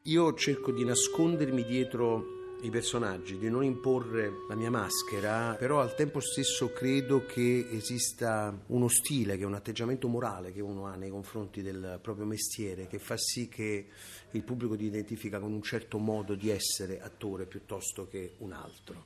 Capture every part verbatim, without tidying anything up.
Io cerco di nascondermi dietro i personaggi, di non imporre la mia maschera, però al tempo stesso credo che esista uno stile, che è un atteggiamento morale che uno ha nei confronti del proprio mestiere, che fa sì che il pubblico ti identifica con un certo modo di essere attore piuttosto che un altro.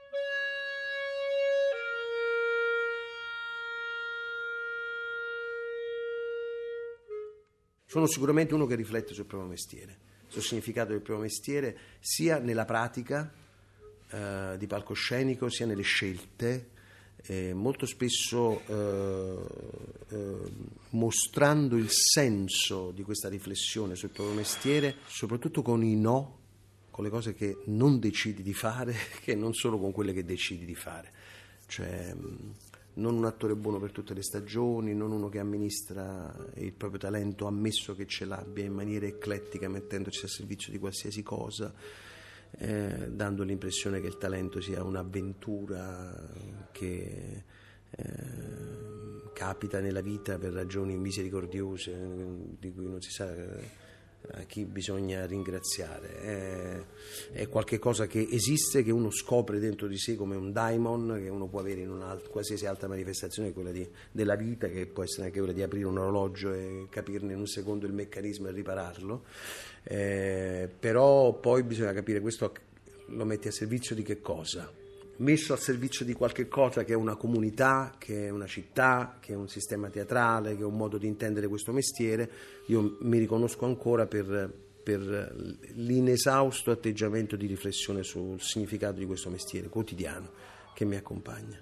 Sono sicuramente uno che riflette sul proprio mestiere, sul significato del proprio mestiere, sia nella pratica eh, di palcoscenico, sia nelle scelte, eh, molto spesso eh, eh, mostrando il senso di questa riflessione sul proprio mestiere, soprattutto con i no, con le cose che non decidi di fare, che non solo con quelle che decidi di fare. Cioè, non un attore buono per tutte le stagioni, non uno che amministra il proprio talento, ammesso che ce l'abbia, in maniera eclettica, mettendoci a servizio di qualsiasi cosa, eh, dando l'impressione che il talento sia un'avventura che eh, capita nella vita per ragioni misericordiose di cui non si sa a chi bisogna ringraziare. È, è qualche cosa che esiste, che uno scopre dentro di sé come un daimon che uno può avere in una qualsiasi altra manifestazione, quella di, della vita, che può essere anche quella di aprire un orologio e capirne in un secondo il meccanismo e ripararlo, eh, però poi bisogna capire questo lo metti a servizio di che cosa. Messo al servizio di qualche cosa che è una comunità, che è una città, che è un sistema teatrale, che è un modo di intendere questo mestiere, io mi riconosco ancora per, per l'inesausto atteggiamento di riflessione sul significato di questo mestiere quotidiano che mi accompagna.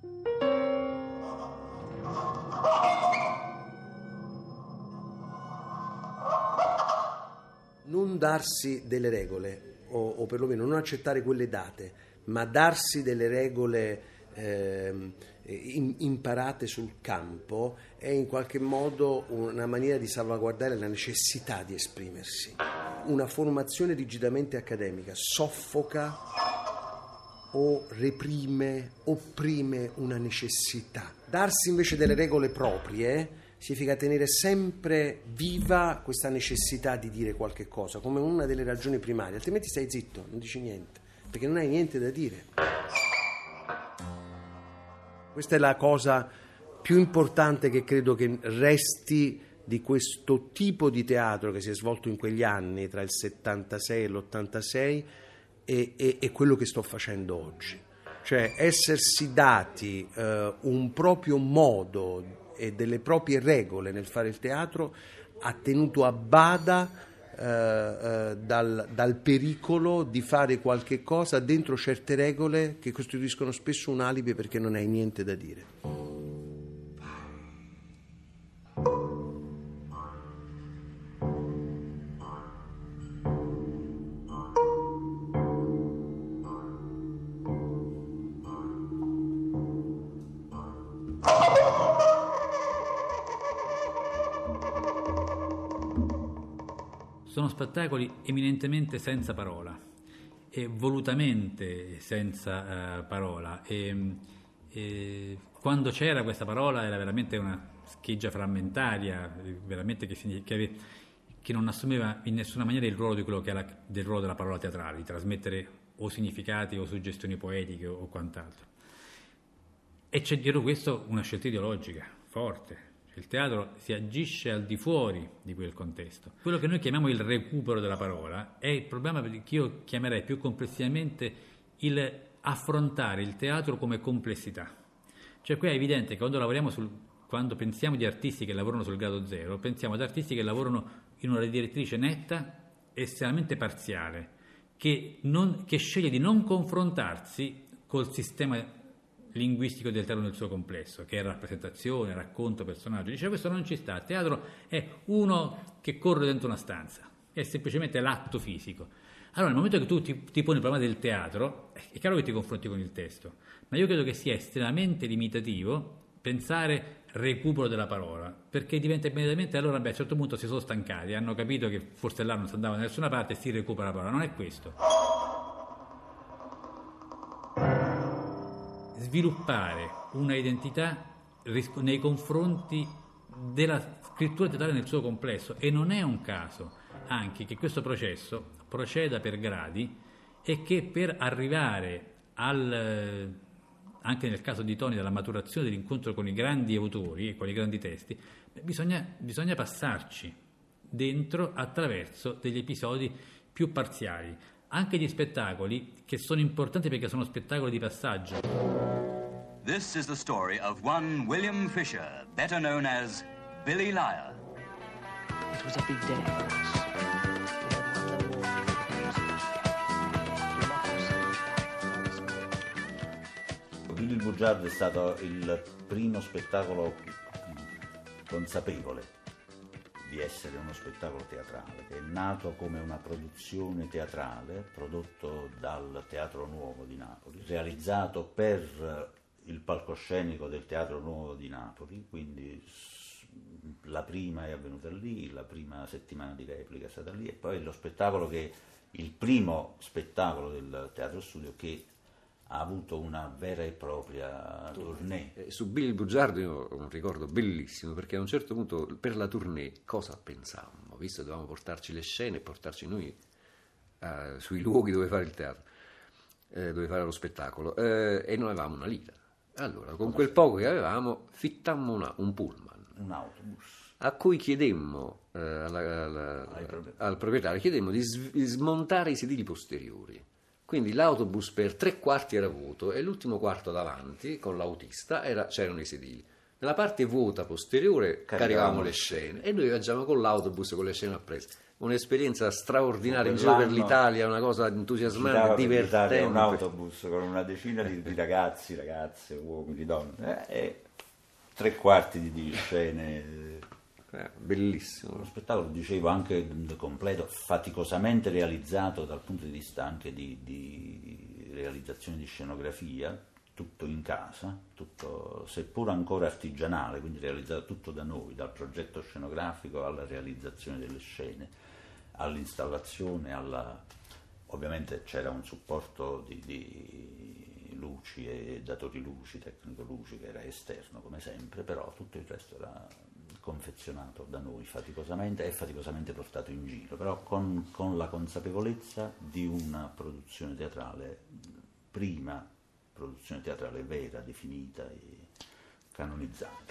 Non darsi delle regole, o, o perlomeno non accettare quelle date, ma darsi delle regole eh, in, imparate sul campo è in qualche modo una maniera di salvaguardare la necessità di esprimersi. Una formazione rigidamente accademica soffoca o reprime, opprime una necessità. Darsi invece delle regole proprie significa tenere sempre viva questa necessità di dire qualche cosa, come una delle ragioni primarie, altrimenti stai zitto, non dici niente, perché non hai niente da dire. Questa è la cosa più importante che credo che resti di questo tipo di teatro che si è svolto in quegli anni, tra il settantasei e l'ottantasei, e, e, e quello che sto facendo oggi. Cioè essersi dati eh, un proprio modo e delle proprie regole nel fare il teatro ha tenuto a bada Uh, uh, dal, dal pericolo di fare qualche cosa dentro certe regole che costituiscono spesso un alibi perché non hai niente da dire. Sono spettacoli eminentemente senza parola e volutamente senza uh, parola e, e quando c'era questa parola era veramente una scheggia frammentaria, veramente che, che, che non assumeva in nessuna maniera il ruolo di quello che era del ruolo della parola teatrale, di trasmettere o significati o suggestioni poetiche o, o quant'altro. E c'è dietro questo una scelta ideologica forte. Il teatro si agisce al di fuori di quel contesto. Quello che noi chiamiamo il recupero della parola è il problema che io chiamerei più complessivamente il affrontare il teatro come complessità. Cioè qui è evidente che quando lavoriamo sul, quando pensiamo di artisti che lavorano sul grado zero, pensiamo ad artisti che lavorano in una direttrice netta e estremamente parziale, che, non, che sceglie di non confrontarsi col sistema linguistico del teatro nel suo complesso, che è rappresentazione, racconto, personaggio. Dice questo non ci sta, il teatro è uno che corre dentro una stanza, è semplicemente l'atto fisico. Allora nel momento che tu ti, ti poni il problema del teatro, è chiaro che ti confronti con il testo, ma io credo che sia estremamente limitativo pensare recupero della parola, perché diventa immediatamente allora beh, a un certo punto si sono stancati, hanno capito che forse là non si andava da nessuna parte e si recupera la parola. Non è questo. Sviluppare una identità nei confronti della scrittura teatrale nel suo complesso, e non è un caso anche che questo processo proceda per gradi e che per arrivare al, anche nel caso di Toni, dalla maturazione dell'incontro con i grandi autori e con i grandi testi, bisogna, bisogna passarci dentro attraverso degli episodi più parziali. Anche gli spettacoli, che sono importanti perché sono spettacoli di passaggio. This is the story of one William Fisher, better known as Billy Liar. It was a big day for us. Billy il Bugiardo è stato il primo spettacolo consapevole di essere uno spettacolo teatrale, che è nato come una produzione teatrale prodotto dal Teatro Nuovo di Napoli, realizzato per il palcoscenico del Teatro Nuovo di Napoli, quindi la prima è avvenuta lì, la prima settimana di replica è stata lì, e poi lo spettacolo che il primo spettacolo del Teatro Studio che ha avuto una vera e propria tournée. Eh, su Billy il Bugiardo io ho un ricordo bellissimo, perché a un certo punto per la tournée cosa pensammo? Visto che dovevamo portarci le scene e portarci noi eh, sui luoghi dove fare il teatro, eh, dove fare lo spettacolo, eh, e non avevamo una lira. Allora, con quel poco che avevamo, fittammo una, un pullman, un autobus, a cui chiedemmo eh, alla, alla, al proprietario chiedemmo di, s- di smontare i sedili posteriori. Quindi l'autobus per tre quarti era vuoto e l'ultimo quarto davanti, con l'autista, era, c'erano i sedili. Nella parte vuota posteriore caricavamo le scene e noi viaggiavamo con l'autobus con le scene apprese. Un'esperienza straordinaria in giro per l'Italia, una cosa entusiasmante, divertente. Un autobus con una decina di, di ragazzi, ragazze, uomini, donne, eh, e tre quarti di, di scene. Eh, bellissimo. Lo spettacolo, dicevo, anche completo, faticosamente realizzato dal punto di vista anche di, di realizzazione di scenografia, tutto in casa, tutto seppur ancora artigianale, quindi realizzato tutto da noi, dal progetto scenografico alla realizzazione delle scene, all'installazione, alla... ovviamente c'era un supporto di, di luci e datori luci, tecnico luci, che era esterno come sempre, però tutto il resto era confezionato da noi faticosamente e faticosamente portato in giro, però con, con la consapevolezza di una produzione teatrale, prima produzione teatrale vera, definita e canonizzata.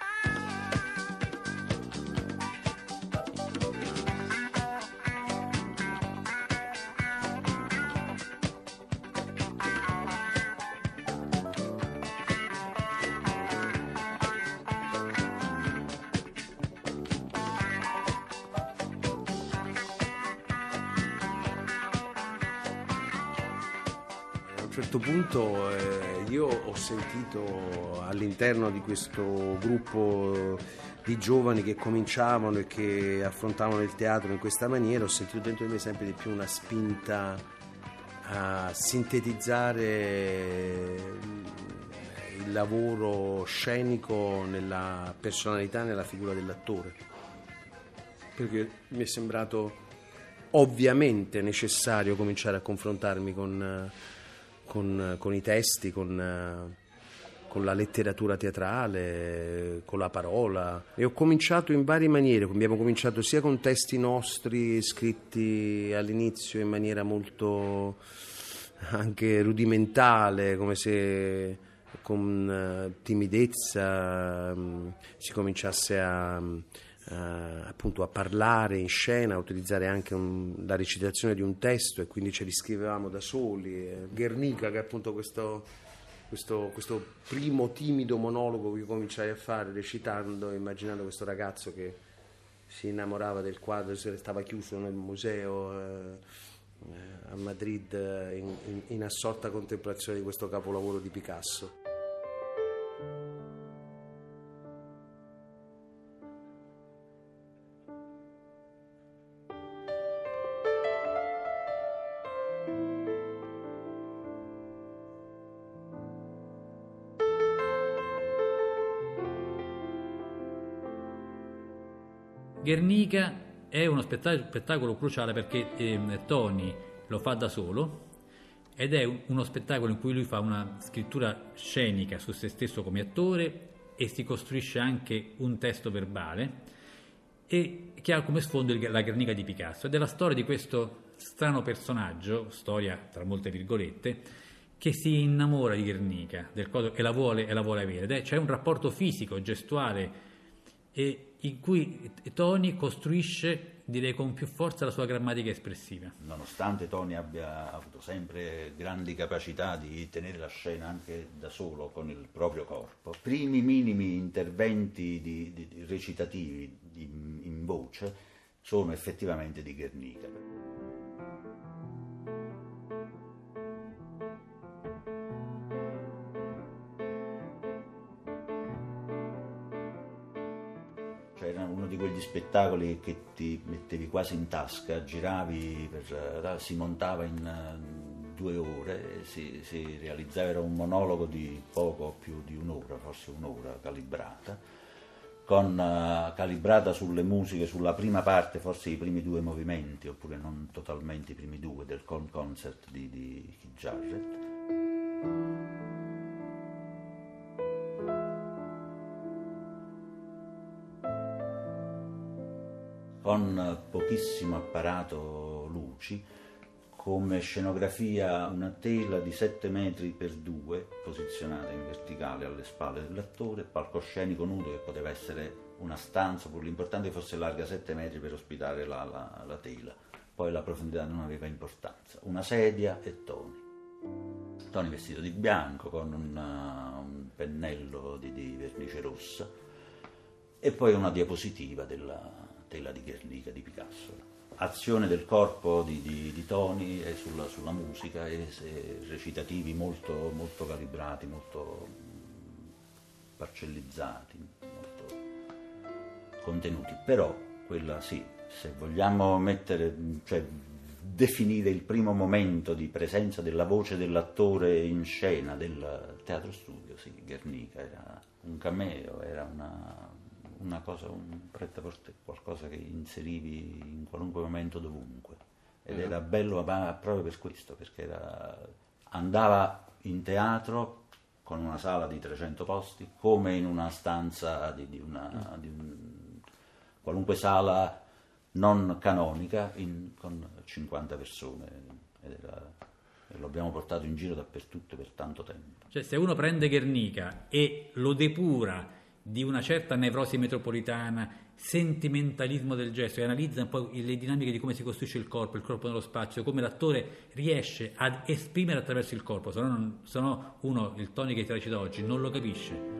A un certo punto eh, io ho sentito all'interno di questo gruppo di giovani che cominciavano e che affrontavano il teatro in questa maniera, ho sentito dentro di me sempre di più una spinta a sintetizzare il lavoro scenico nella personalità, nella figura dell'attore, perché mi è sembrato ovviamente necessario cominciare a confrontarmi con Con, con i testi, con, con la letteratura teatrale, con la parola, e ho cominciato in varie maniere. Abbiamo cominciato sia con testi nostri scritti all'inizio in maniera molto anche rudimentale, come se con timidezza um, si cominciasse a Uh, appunto a parlare in scena, a utilizzare anche un, la recitazione di un testo, e quindi ce li scrivevamo da soli. Guernica, che è appunto questo, questo, questo primo timido monologo che cominciai a fare recitando, immaginando questo ragazzo che si innamorava del quadro, si restava chiuso nel museo eh, a Madrid in, in, in assorta contemplazione di questo capolavoro di Picasso. Guernica è uno spettacolo, spettacolo cruciale perché eh, Toni lo fa da solo ed è un, uno spettacolo in cui lui fa una scrittura scenica su se stesso come attore e si costruisce anche un testo verbale, e che ha come sfondo il, la Guernica di Picasso, ed è la storia di questo strano personaggio, storia tra molte virgolette, che si innamora di Guernica del coso, e la vuole e la vuole avere. Ed è, c'è un rapporto fisico, gestuale, e in cui Toni costruisce, direi con più forza, la sua grammatica espressiva. Nonostante Toni abbia avuto sempre grandi capacità di tenere la scena anche da solo con il proprio corpo, primi minimi interventi di, di, di recitativi di, in voce sono effettivamente di Guernica. Era uno di quegli spettacoli che ti mettevi quasi in tasca, giravi, per, si montava in due ore, si, si realizzava, era un monologo di poco più di un'ora, forse un'ora calibrata, con, uh, calibrata sulle musiche, sulla prima parte, forse i primi due movimenti, oppure non totalmente i primi due, del Con Concert di, di Keith Jarrett. Con pochissimo apparato luci, come scenografia una tela di sette metri per due posizionata in verticale alle spalle dell'attore, palcoscenico nudo che poteva essere una stanza, pur l'importante fosse larga sette metri per ospitare la, la, la tela, poi la profondità non aveva importanza, una sedia e Toni. Toni vestito di bianco con una, un pennello di, di vernice rossa e poi una diapositiva della tela di Guernica di Picasso. Azione del corpo di, di, di Toni e sulla, sulla musica e, e recitativi molto, molto calibrati, molto parcellizzati, molto contenuti. Però quella sì, se vogliamo mettere, cioè definire il primo momento di presenza della voce dell'attore in scena del teatro studio, sì, Guernica era un cameo, era una una cosa, un prêt-à-porter, qualcosa che inserivi in qualunque momento dovunque, ed uh-huh. era bello ma proprio per questo, perché era, andava in teatro con una sala di trecento posti come in una stanza di, di una uh-huh. di un, qualunque sala non canonica in, con cinquanta persone, ed era, e lo abbiamo portato in giro dappertutto per tanto tempo. Cioè, se uno prende Guernica e lo depura di una certa nevrosi metropolitana, sentimentalismo del gesto, e analizza un po' le dinamiche di come si costruisce il corpo, il corpo nello spazio, come l'attore riesce ad esprimere attraverso il corpo, se no, non, se no uno, il Toni che ti recita oggi, non lo capisce.